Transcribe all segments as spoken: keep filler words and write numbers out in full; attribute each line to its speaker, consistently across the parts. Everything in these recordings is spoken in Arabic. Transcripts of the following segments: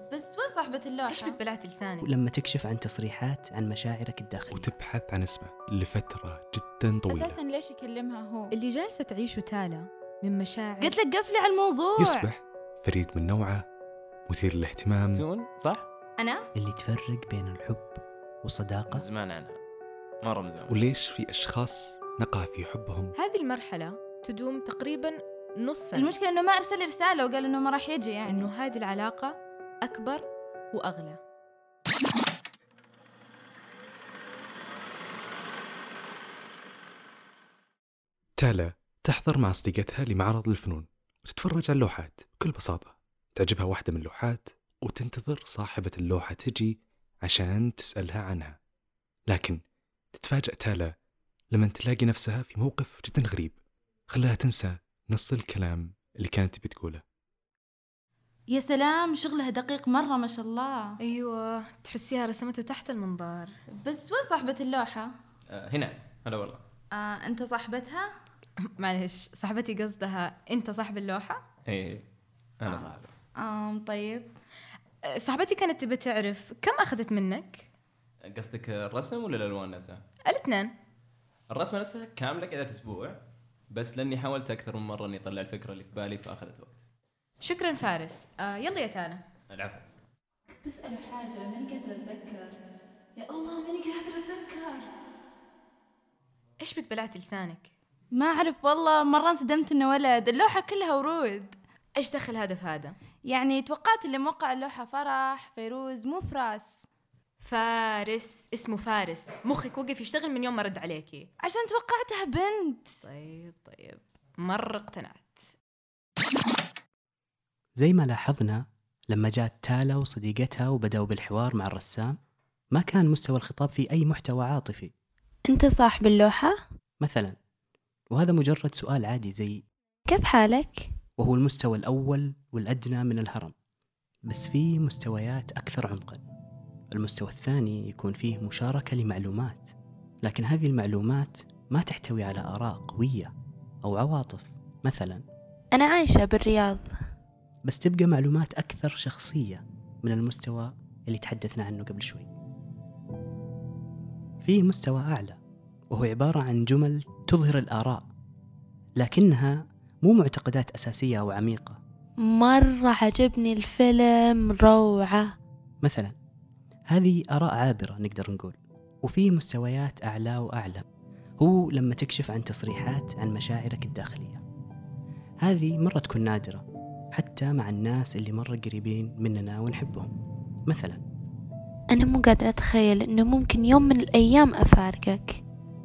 Speaker 1: بس وين صاحبة اللوحة؟
Speaker 2: إيش بك بلعت لسانك؟
Speaker 3: ولما تكشف عن تصريحات عن مشاعرك الداخلية
Speaker 4: وتبحث عن اسمه لفترة جدا طويلة.
Speaker 1: أساساً ليش يكلمها هو؟
Speaker 2: اللي جالسة تعيشه تالا من مشاعر.
Speaker 1: قلت لك قفلي على الموضوع.
Speaker 4: يصبح فريد من نوعه، مثير للاهتمام.
Speaker 5: تون صح؟
Speaker 1: أنا؟
Speaker 3: اللي تفرق بين الحب والصداقة.
Speaker 5: زمان عنها مرة من زمان.
Speaker 4: وليش في أشخاص نقع في حبهم؟
Speaker 2: هذه المرحلة تدوم تقريبا نص سنة.
Speaker 1: المشكلة إنه ما أرسل لي رسالة وقال إنه ما راح يجي، يعني
Speaker 2: إنه هذه العلاقة أكبر وأغلى.
Speaker 4: تالا تحضر مع صديقتها لمعرض الفنون وتتفرج على اللوحات بكل بساطة. تعجبها واحدة من اللوحات وتنتظر صاحبة اللوحة تجي عشان تسألها عنها، لكن تتفاجأ تالا لما تلاقي نفسها في موقف جدا غريب خلاها تنسى نص الكلام اللي كانت تبي تقوله.
Speaker 1: يا سلام، شغلها دقيق مرة ما شاء الله.
Speaker 2: أيوة، تحسيها رسمته تحت المنظار.
Speaker 1: بس وين صاحبة اللوحة؟
Speaker 5: آه هنا، هلا والله.
Speaker 1: آه، أنت صاحبتها؟
Speaker 2: معلش، صاحبتي قصدها أنت صاحب اللوحة؟
Speaker 5: ايه انا صاحبي.
Speaker 1: آه طيب.
Speaker 2: أه، صاحبتي كانت تبي تعرف كم أخذت منك؟
Speaker 5: قصدك الرسم ولا الالوان نفسها؟
Speaker 2: الاثنين.
Speaker 5: الرسمه نفسها كامله قعدت اسبوع، بس لاني حاولت اكثر من مره اني اطلع الفكره اللي في بالي فاخذت وقت.
Speaker 2: شكرا فارس. آه يلا يا تالا.
Speaker 5: العفو.
Speaker 1: بسأله حاجة ماني قادرة أتذكر. يا الله ماني قادرة أتذكر.
Speaker 2: إيش بك بلعت لسانك؟
Speaker 1: ما أعرف والله، مرة انصدمت إنه ولد. اللوحة كلها ورود.
Speaker 2: إيش دخل هذا في هذا؟
Speaker 1: يعني توقعت اللي موقع اللوحة فرح فيروز مو فراس.
Speaker 2: فارس، اسمه فارس. مخك وقف يشتغل من يوم ما رد عليكي.
Speaker 1: عشان توقعتها بنت.
Speaker 2: طيب طيب، مرة اقتنعت.
Speaker 3: زي ما لاحظنا لما جات تالا وصديقتها وبدأوا بالحوار مع الرسام، ما كان مستوى الخطاب فيه أي محتوى عاطفي
Speaker 6: أنت صاحب اللوحة؟
Speaker 3: مثلا، وهذا مجرد سؤال عادي زي
Speaker 6: كيف حالك؟
Speaker 3: وهو المستوى الأول والأدنى من الهرم. بس فيه مستويات أكثر عمقا. المستوى الثاني يكون فيه مشاركة لمعلومات، لكن هذه المعلومات ما تحتوي على آراء قوية أو عواطف مثلا،
Speaker 6: أنا عايشة بالرياض.
Speaker 3: بس تبقى معلومات أكثر شخصية من المستوى اللي تحدثنا عنه قبل شوي. فيه مستوى أعلى وهو عبارة عن جمل تظهر الآراء، لكنها مو معتقدات أساسية أو عميقة.
Speaker 6: مرة عجبني الفيلم، روعة
Speaker 3: مثلا، هذه آراء عابرة نقدر نقول. وفيه مستويات أعلى وأعلى، هو لما تكشف عن تصريحات عن مشاعرك الداخلية. هذه مرة تكون نادرة حتى مع الناس اللي مرة قريبين مننا ونحبهم. مثلا،
Speaker 6: أنا مو قادرة أتخيل أنه ممكن يوم من الأيام أفارقك.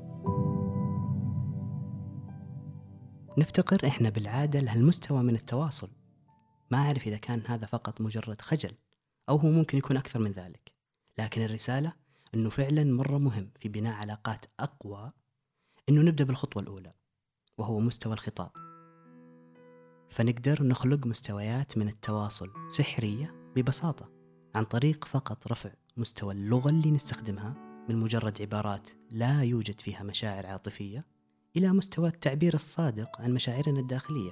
Speaker 3: نفتقر إحنا بالعادة لهالمستوى من التواصل. ما أعرف إذا كان هذا فقط مجرد خجل أو هو ممكن يكون أكثر من ذلك، لكن الرسالة أنه فعلا مرة مهم في بناء علاقات أقوى أنه نبدأ بالخطوة الأولى وهو مستوى الخطاب. فنقدر نخلق مستويات من التواصل سحرية ببساطة عن طريق فقط رفع مستوى اللغة اللي نستخدمها من مجرد عبارات لا يوجد فيها مشاعر عاطفية إلى مستوى التعبير الصادق عن مشاعرنا الداخلية.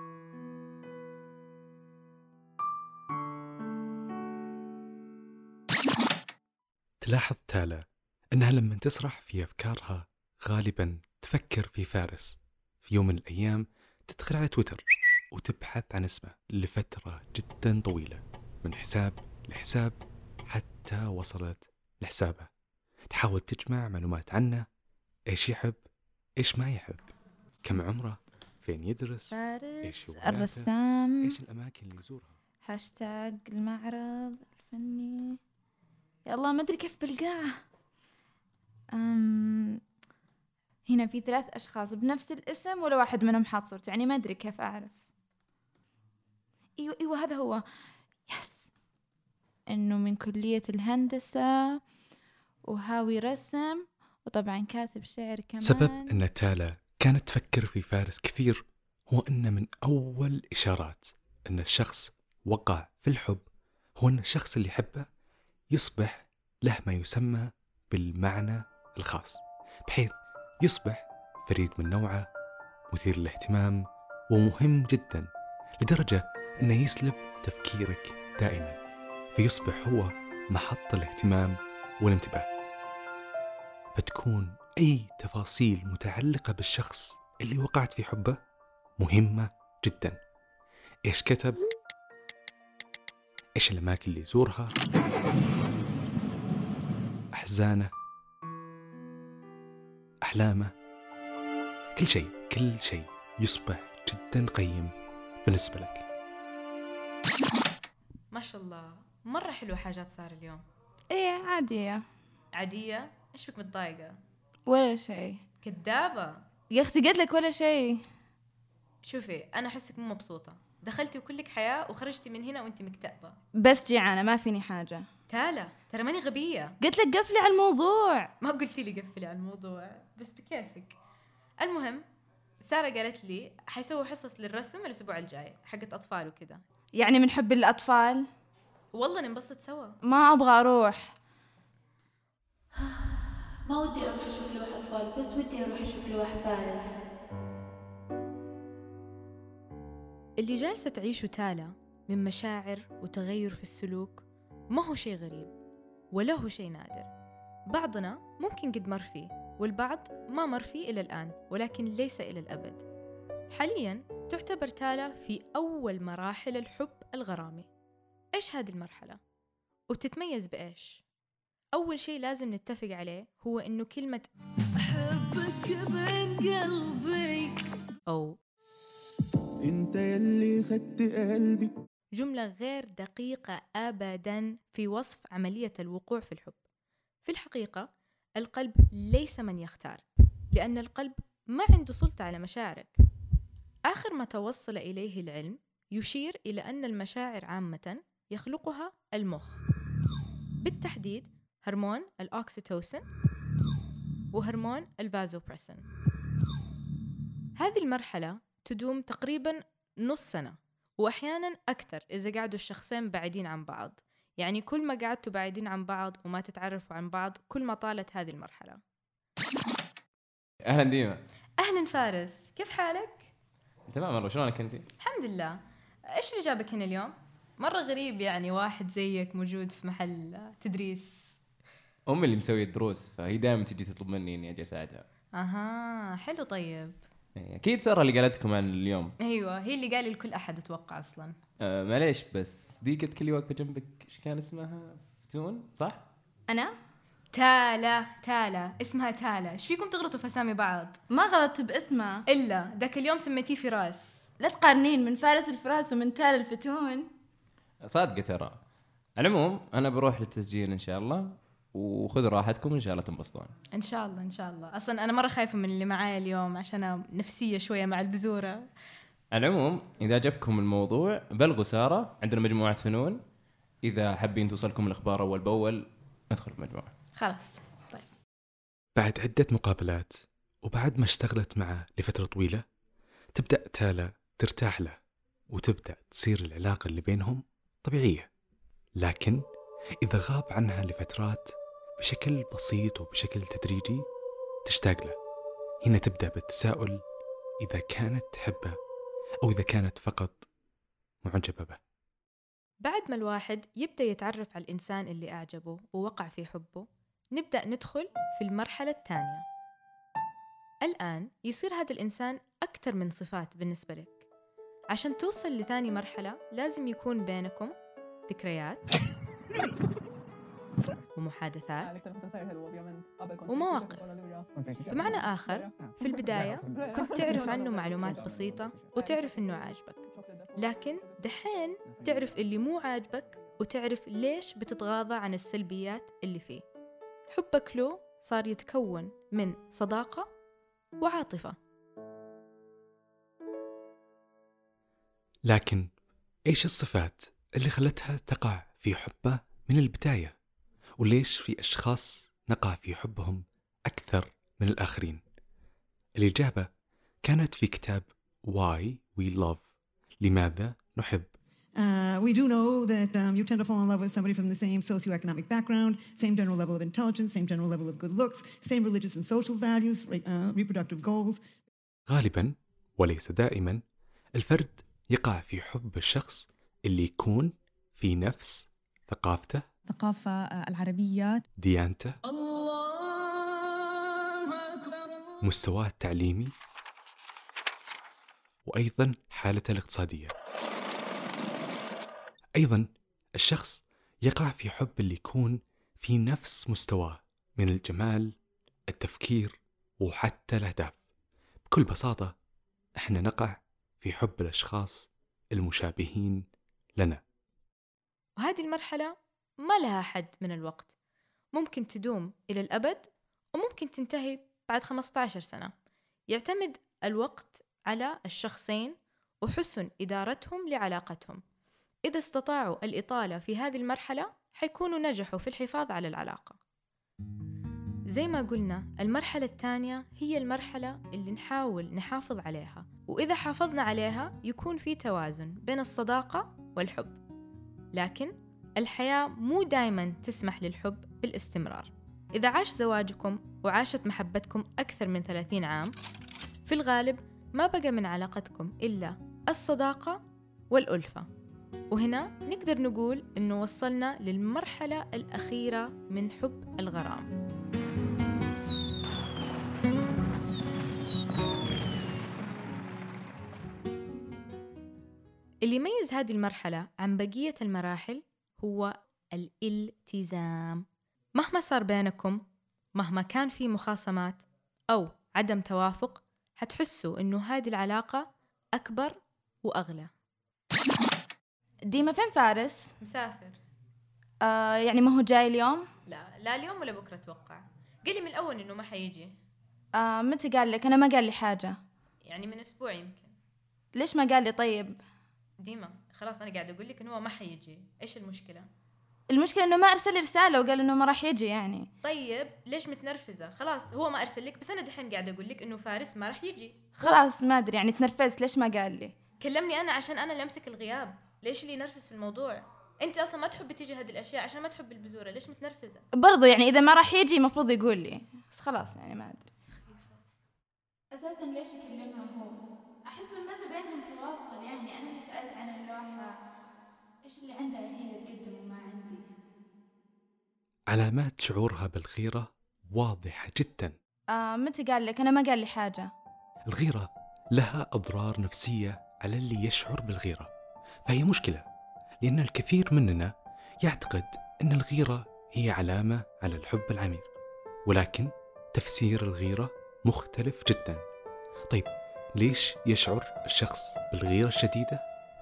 Speaker 4: تلاحظ تالا أنها لما تسرح في أفكارها غالبا تفكر في فارس. في يوم من الأيام تدخل على تويتر وتبحث عن اسمه لفترة جدا طويلة، من حساب لحساب حتى وصلت لحسابه. تحاول تجمع معلومات عنه، إيش يحب، إيش ما يحب، كم عمره، فين يدرس، إيش
Speaker 1: فارس
Speaker 4: هواياته،
Speaker 1: الرسام،
Speaker 4: إيش الأماكن اللي يزورها،
Speaker 1: هاشتاج المعرض الفني. يا الله ما أدري كيف بلقاه. أم... هنا في ثلاث أشخاص بنفس الاسم ولا واحد منهم حاط صورته، يعني ما أدري كيف أعرف. أيوة أيوة هذا هو. يس، إنه من كلية الهندسة وهاوي رسم وطبعا كاتب شعر كمان.
Speaker 4: سبب أن تالا كانت تفكر في فارس كثير هو أن من أول إشارات أن الشخص وقع في الحب هو أن الشخص اللي يحبه يصبح له ما يسمى بالمعنى الخاص، بحيث يصبح فريد من نوعه، مثير للاهتمام ومهم جدا، لدرجة أنه يسلب تفكيرك دائما. فيصبح هو محط الاهتمام والانتباه، فتكون أي تفاصيل متعلقة بالشخص اللي وقعت في حبه مهمة جدا. إيش كتب، إيش الأماكن اللي يزورها، أحزانه، أحلامه، كل شيء كل شيء يصبح جدا قيم بالنسبة لك.
Speaker 2: ما شاء الله، مرة حلوة حاجات صار اليوم.
Speaker 1: ايه عادية.
Speaker 2: عادية؟ إيش بك متضايقة؟
Speaker 1: ولا شيء.
Speaker 2: كذابة
Speaker 1: يا اختي قلت لك ولا شيء.
Speaker 2: شوفي أنا أحسك مو مبسوطة، دخلتي وكلك حياة وخرجتي من هنا وأنت مكتئبة.
Speaker 1: بس جيعانة ما فيني حاجة.
Speaker 2: تالا ترى ماني غبية.
Speaker 1: قلت لك قفلي على الموضوع.
Speaker 2: ما قلتي لي قفلي على الموضوع، بس بكيفك. المهم سارة قالت لي حيسووا حصص للرسم الأسبوع الجاي حقت أطفال وكذا.
Speaker 1: يعني من حب الأطفال.
Speaker 2: والله ننبسط سوا.
Speaker 1: ما أبغى أروح.
Speaker 6: ما ودي أروح أشوف لوح أطفال، بس ودي أروح أشوف لوح فارس.
Speaker 2: اللي جالسة تعيشه تالا من مشاعر وتغير في السلوك ما هو شيء غريب ولا هو شيء نادر. بعضنا ممكن قد مر فيه والبعض ما مر فيه إلى الآن، ولكن ليس إلى الأبد. حالياً تعتبر تالا في أول مراحل الحب الغرامي. إيش هذه المرحلة؟ وبتتميز بإيش؟ أول شيء لازم نتفق عليه هو إنه كلمة أحبك بين قلبي أو
Speaker 7: انت يلي خدت قلبي
Speaker 2: جملة غير دقيقة أبداً في وصف عملية الوقوع في الحب. في الحقيقة القلب ليس من يختار، لأن القلب ما عنده سلطة على مشاعرك. آخر ما توصل إليه العلم يشير إلى أن المشاعر عامة يخلقها المخ، بالتحديد هرمون الأوكسيتوسين وهرمون الفازوبريسين. هذه المرحلة تدوم تقريباً نص سنة وأحياناً أكثر إذا قعدوا الشخصين بعيدين عن بعض. يعني كل ما قعدتوا بعيدين عن بعض وما تتعرفوا عن بعض كل ما طالت هذه المرحلة.
Speaker 5: اهلا ديما.
Speaker 2: أهلا فارس، كيف حالك؟
Speaker 5: تمام والله، شلونك انت؟
Speaker 2: الحمد لله. إيش اللي جابك هنا اليوم؟ مرة غريب يعني واحد زيك موجود في محل تدريس.
Speaker 5: امي اللي مسويه الدروس، فهي دائما تجي تطلب مني اني اجي اساعدها.
Speaker 2: اها حلو. طيب
Speaker 5: اكيد ساره اللي قالت لكم عن اليوم.
Speaker 2: ايوه هي اللي قال لكل احد اتوقع اصلا.
Speaker 5: آه معليش، بس صديقتك اللي واقفه جنبك ايش كان اسمها؟ فتون صح؟
Speaker 1: أنا؟
Speaker 2: تالا تالا اسمها تالا. ايش فيكم تغلطوا في اسامي بعض؟
Speaker 1: ما غلطت باسمها،
Speaker 2: الا ذاك اليوم سميتيه فراس.
Speaker 1: لا تقارنين من فارس الفراس ومن تال الفتون.
Speaker 5: صادقه ترى. على العموم انا بروح للتسجيل ان شاء الله، وخذ راحتكم ان شاء الله تنبسطون.
Speaker 2: ان شاء الله ان شاء الله. اصلا انا مره خايفه من اللي معايا اليوم عشان نفسيه شويه مع البزوره.
Speaker 5: على العموم اذا عجبكم الموضوع بلغوا ساره، عندنا مجموعه فنون، اذا حابين توصلكم الاخبار اول باول ادخلوا المجموعه.
Speaker 2: خلاص طيب.
Speaker 4: بعد عدة مقابلات وبعد ما اشتغلت معه لفترة طويلة، تبدأ تالا ترتاح له وتبدأ تصير العلاقة اللي بينهم طبيعية. لكن إذا غاب عنها لفترات بشكل بسيط وبشكل تدريجي تشتاق له. هنا تبدأ بالتساؤل إذا كانت تحبه أو إذا كانت فقط معجبة به.
Speaker 2: بعد ما الواحد يبدأ يتعرف على الإنسان اللي أعجبه ووقع في حبه، نبدأ ندخل في المرحلة الثانية. الآن يصير هذا الإنسان أكثر من صفات بالنسبة لك. عشان توصل لثاني مرحلة لازم يكون بينكم ذكريات ومحادثات ومواقف. بمعنى آخر في البداية كنت تعرف عنه معلومات بسيطة وتعرف إنه عاجبك، لكن دحين تعرف اللي مو عاجبك وتعرف ليش بتتغاضى عن السلبيات اللي فيه. حبك له صار يتكون من صداقة وعاطفة.
Speaker 4: لكن إيش الصفات اللي خلتها تقع في حبه من البداية؟ وليش في أشخاص نقع في حبهم أكثر من الآخرين؟ الإجابة كانت في كتاب Why We Love. لماذا نحب؟
Speaker 8: Uh, we do know that um, you tend to fall in love with somebody from the same socioeconomic background, same general level of intelligence, same general level of good looks, same religious and social values, re- uh, reproductive goals.
Speaker 4: غالباً وليس دائماً الفرد يقع في حب الشخص اللي يكون في نفس ثقافته،
Speaker 9: الثقافة العربية،
Speaker 4: ديانته، مستواه التعليمي، وأيضا حالته الاقتصادية. أيضا الشخص يقع في حب اللي يكون في نفس مستواه من الجمال، التفكير، وحتى الأهداف. بكل بساطة احنا نقع في حب الأشخاص المشابهين لنا.
Speaker 2: وهذه المرحلة ما لها حد من الوقت، ممكن تدوم إلى الأبد وممكن تنتهي بعد خمسة عشر سنة. يعتمد الوقت على الشخصين وحسن إدارتهم لعلاقتهم. إذا استطاعوا الإطالة في هذه المرحلة حيكونوا نجحوا في الحفاظ على العلاقة. زي ما قلنا، المرحلة الثانية هي المرحلة اللي نحاول نحافظ عليها، وإذا حافظنا عليها يكون في توازن بين الصداقة والحب. لكن الحياة مو دايما تسمح للحب بالاستمرار. إذا عاش زواجكم وعاشت محبتكم أكثر من ثلاثين عام، في الغالب ما بقى من علاقتكم إلا الصداقة والألفة. وهنا نقدر نقول إنه وصلنا للمرحلة الأخيرة من حب الغرام. اللي يميز هذه المرحلة عن بقية المراحل هو الالتزام. مهما صار بينكم، مهما كان في مخاصمات أو عدم توافق، حتحسوا إنه هذه العلاقة أكبر وأغلى.
Speaker 1: ديما فين فارس؟
Speaker 2: مسافر.
Speaker 1: آه يعني ما هو جاي اليوم؟
Speaker 2: لا لا اليوم ولا بكرة أتوقع. قال لي من الأول إنه ما حيجي.
Speaker 1: آه متى قال لك؟ أنا ما قال لي حاجة.
Speaker 2: يعني من أسبوع يمكن.
Speaker 1: ليش ما قال لي طيب؟
Speaker 2: ديما خلاص أنا قاعدة أقول لك إنه هو ما حيجي. إيش المشكلة؟
Speaker 1: المشكلة إنه ما أرسل لي رسالة وقال إنه ما راح يجي يعني.
Speaker 2: طيب ليش متنرفزة؟ خلاص هو ما أرسل لك، بس أنا دحين قاعدة أقول لك إنه فارس ما راح يجي.
Speaker 1: خلاص ما أدري يعني تنرفزت. ليش ما قال لي؟
Speaker 2: كلمني أنا عشان أنا اللي أمسك الغياب. ليش اللي ينرفز في الموضوع؟ أنت أصلا ما تحبي تيجي هذه الأشياء عشان ما تحب البزورة. ليش متنرفزة؟
Speaker 1: برضو يعني إذا ما راح يجي مفروض يقول لي. بس خلاص يعني ما أدري. أساسا ليش يكلمها هو؟ أحس من متى بينهم تواصل يعني. أنا اللي سألت عن اللوحة، إيش اللي عندها هي تقدم وما عندي.
Speaker 4: علامات شعورها بالغيرة واضحة جدا.
Speaker 1: آه متى قال لك؟ أنا ما قال لي حاجة.
Speaker 4: الغيرة لها أضرار نفسية على اللي يشعر بالغيرة، فهي مشكلة، لأن الكثير مننا يعتقد أن الغيرة هي علامة على الحب العميق، ولكن تفسير الغيرة مختلف جدا. طيب ليش يشعر الشخص بالغيرة الشديدة؟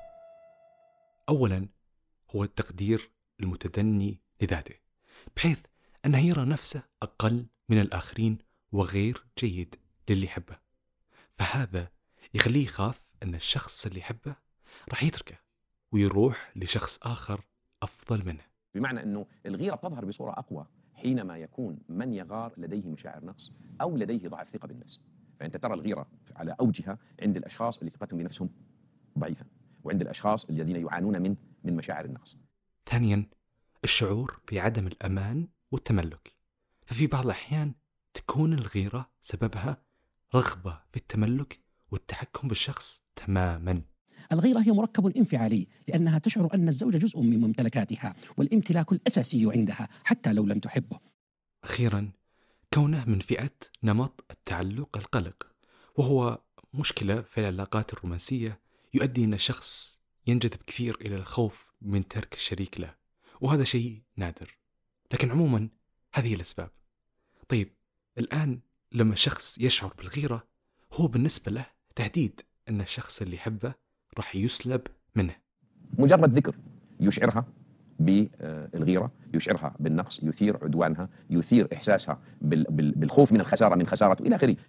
Speaker 4: أولا هو التقدير المتدني لذاته، بحيث أنه يرى نفسه أقل من الآخرين وغير جيد للي يحبه، فهذا يخليه يخاف أن الشخص اللي يحبه راح يتركه ويروح لشخص آخر أفضل منه.
Speaker 10: بمعنى أنه الغيرة تظهر بصورة أقوى حينما يكون من يغار لديه مشاعر نقص أو لديه ضعف ثقة بالنفس. فأنت ترى الغيرة على أوجها عند الأشخاص اللي ثقتهم بنفسهم ضعيفة، وعند الأشخاص الذين يعانون من من مشاعر النقص.
Speaker 4: ثانيا الشعور بعدم الأمان والتملك، ففي بعض الأحيان تكون الغيرة سببها رغبة في التملك والتحكم بالشخص تماما.
Speaker 11: الغيرة هي مركب انفعالي لأنها تشعر أن الزوج جزء من ممتلكاتها والامتلاك الأساسي عندها حتى لو لم تحبه.
Speaker 4: أخيرا كونه من فئة نمط التعلق القلق، وهو مشكلة في العلاقات الرومانسية يؤدي أن الشخص ينجذب كثير إلى الخوف من ترك الشريك له، وهذا شيء نادر، لكن عموما هذه الأسباب. طيب الآن لما الشخص يشعر بالغيرة، هو بالنسبة له تهديد أن الشخص اللي يحبه راح يسلب منه.
Speaker 10: مجرد ذكر يشعرها بالغيرة، يشعرها بالنقص، يثير عدوانها، يثير إحساسها بالخوف من الخسارة من خسارته إلى آخره.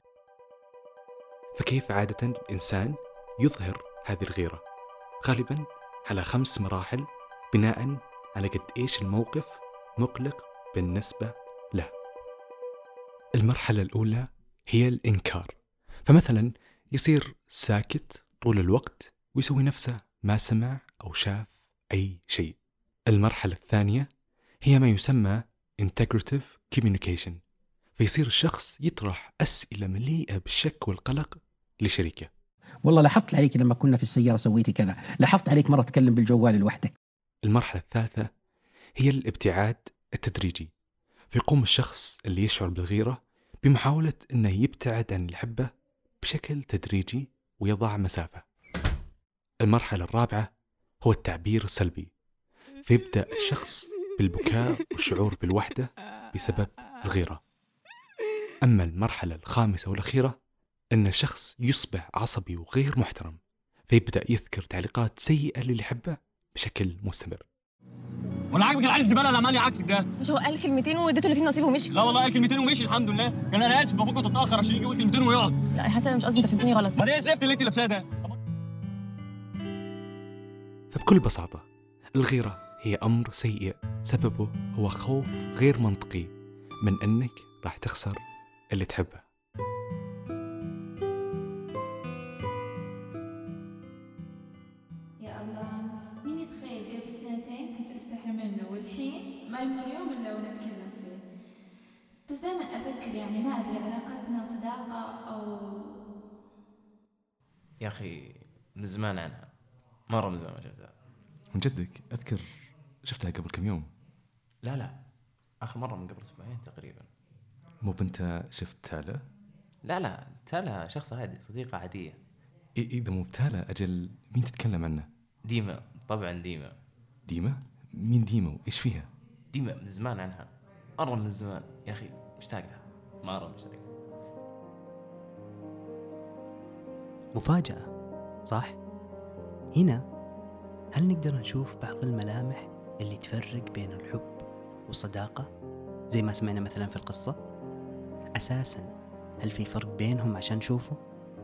Speaker 4: فكيف عادة الإنسان يظهر هذه الغيرة؟ غالبا على خمس مراحل بناء على قد إيش الموقف مقلق بالنسبة له. المرحلة الأولى هي الإنكار، فمثلا يصير ساكت طول الوقت ويسوي نفسه ما سمع أو شاف أي شيء. المرحلة الثانية هي ما يسمى integrative communication، فيصير الشخص يطرح أسئلة مليئة بالشك والقلق لشريكه.
Speaker 11: والله لاحظت عليك لما كنا في السيارة سويتي كذا، لاحظت عليك مرة تكلم بالجوال لوحدك.
Speaker 4: المرحلة الثالثة هي الابتعاد التدريجي. فيقوم الشخص اللي يشعر بالغيرة بمحاولة أنه يبتعد عن الحبة بشكل تدريجي ويضع مسافة. المرحلة الرابعة هو التعبير السلبي، فيبدأ الشخص بالبكاء والشعور بالوحدة بسبب الغيرة. أما المرحلة الخامسة والأخيرة أن الشخص يصبح عصبي وغير محترم، فيبدأ يذكر تعليقات سيئة للي يحبه بشكل مستمر.
Speaker 12: ولا عاجبك العيل الزباله اللي عمال يعكسك ده؟
Speaker 13: مش هو قال كلمتين واديته اللي فيه نصيب ومشي؟
Speaker 12: لا والله قال كلمتين ومشي الحمد لله. كان انا اسف المفروض كنت اتاخر عشان يجي يقول كلمتين ويقعد.
Speaker 13: لا يا حسن انا مش قصدي، انت فهمتني غلط.
Speaker 12: ما ده الزفت اللي انت لابساه ده.
Speaker 4: فبكل بساطة الغيرة هي أمر سيء سببه هو خوف غير منطقي من أنك راح تخسر اللي تحبه.
Speaker 1: يا الله، مين يتخيل قبل سنتين كنت أستحي منه والحين ما يمر يوم إلا ونتكلم فيه. بس دائما أفكر يعني ما أدري علاقتنا صداقة أو
Speaker 5: يا أخي من زمان عنها، مرة من زمان ما شفتها.
Speaker 4: من جدك؟ أذكر شفتها قبل كم يوم.
Speaker 5: لا لا آخر مرة من قبل أسبوعين تقريبا.
Speaker 4: مو بنت شفت تالا؟
Speaker 5: لا لا تالا شخص عادي، صديقة عادية.
Speaker 4: إذا مو بتالا أجل مين تتكلم عنه؟
Speaker 5: ديما، طبعا ديما.
Speaker 4: ديما؟ مين ديما وإيش فيها؟
Speaker 5: ديما من زمان عنها، مرة من زمان يا أخي، مشتاق لها مرة مشتاق.
Speaker 3: مفاجأة صح؟ هنا هل نقدر نشوف بعض الملامح اللي تفرق بين الحب والصداقة زي ما سمعنا مثلا في القصة؟ أساسا هل في فرق بينهم عشان نشوفه؟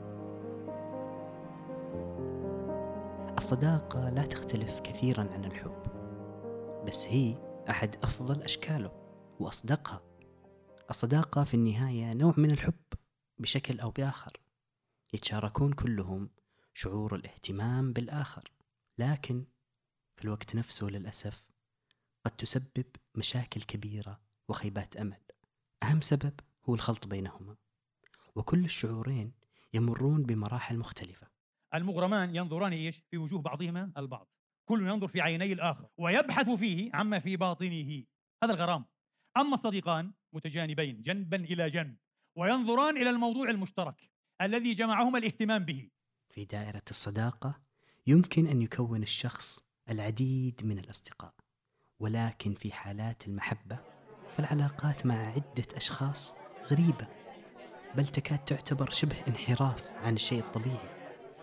Speaker 3: الصداقة لا تختلف كثيرا عن الحب، بس هي أحد أفضل أشكاله وأصدقها. الصداقة في النهاية نوع من الحب بشكل أو بآخر، يتشاركون كلهم شعور الاهتمام بالآخر، لكن في الوقت نفسه للأسف قد تسبب مشاكل كبيرة وخيبات أمل. أهم سبب هو الخلط بينهما، وكل الشعورين يمرون بمراحل مختلفة.
Speaker 14: المغرمان ينظران إيش في وجوه بعضهما البعض، كل ينظر في عيني الآخر ويبحث فيه عما في باطنه، هذا الغرام. أما الصديقان متجانبين جنبا إلى جنب وينظران إلى الموضوع المشترك الذي جمعهما الاهتمام به.
Speaker 3: في دائرة الصداقة يمكن أن يكون الشخص العديد من الأصدقاء، ولكن في حالات المحبة فالعلاقات مع عدة أشخاص غريبة، بل تكاد تعتبر شبه انحراف عن الشيء الطبيعي.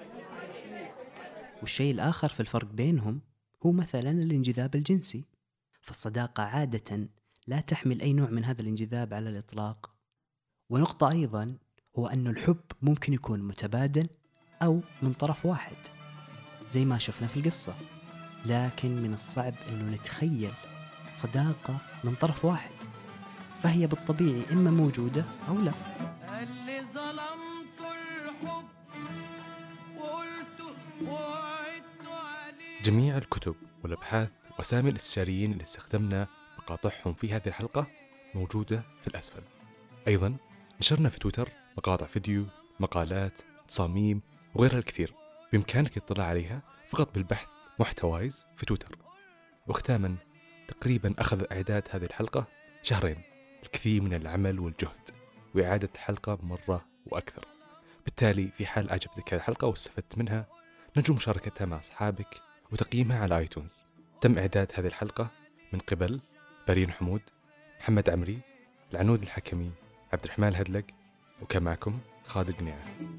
Speaker 3: والشيء الآخر في الفرق بينهم هو مثلا الانجذاب الجنسي. فالصداقة عادة لا تحمل أي نوع من هذا الانجذاب على الإطلاق. ونقطة أيضا هو أن الحب ممكن يكون متبادل أو من طرف واحد زي ما شفنا في القصة، لكن من الصعب أنه نتخيل صداقة من طرف واحد، فهي بالطبيعي إما موجودة أو لا.
Speaker 15: اللي ظلمت الحب وقلت وعدت عليه.
Speaker 4: جميع الكتب والأبحاث وأسامي الاستشاريين اللي استخدمنا مقاطعهم في هذه الحلقة موجودة في الأسفل. أيضا نشرنا في تويتر مقاطع فيديو، مقالات، تصاميم وغيرها الكثير، بإمكانك الاطلاع عليها فقط بالبحث محتوايز في تويتر. وختاما، تقريبا أخذ إعداد هذه الحلقة شهرين، الكثير من العمل والجهد وإعادة الحلقة مرة وأكثر. بالتالي في حال أعجبتك هذه الحلقة واستفدت منها، نرجو مشاركتها مع أصحابك وتقييمها على آيتونز. تم إعداد هذه الحلقة من قبل برين حمود، محمد عمري، العنود الحكمي، عبد الرحمن الهدلق، وكان معكم خالد قنيعة.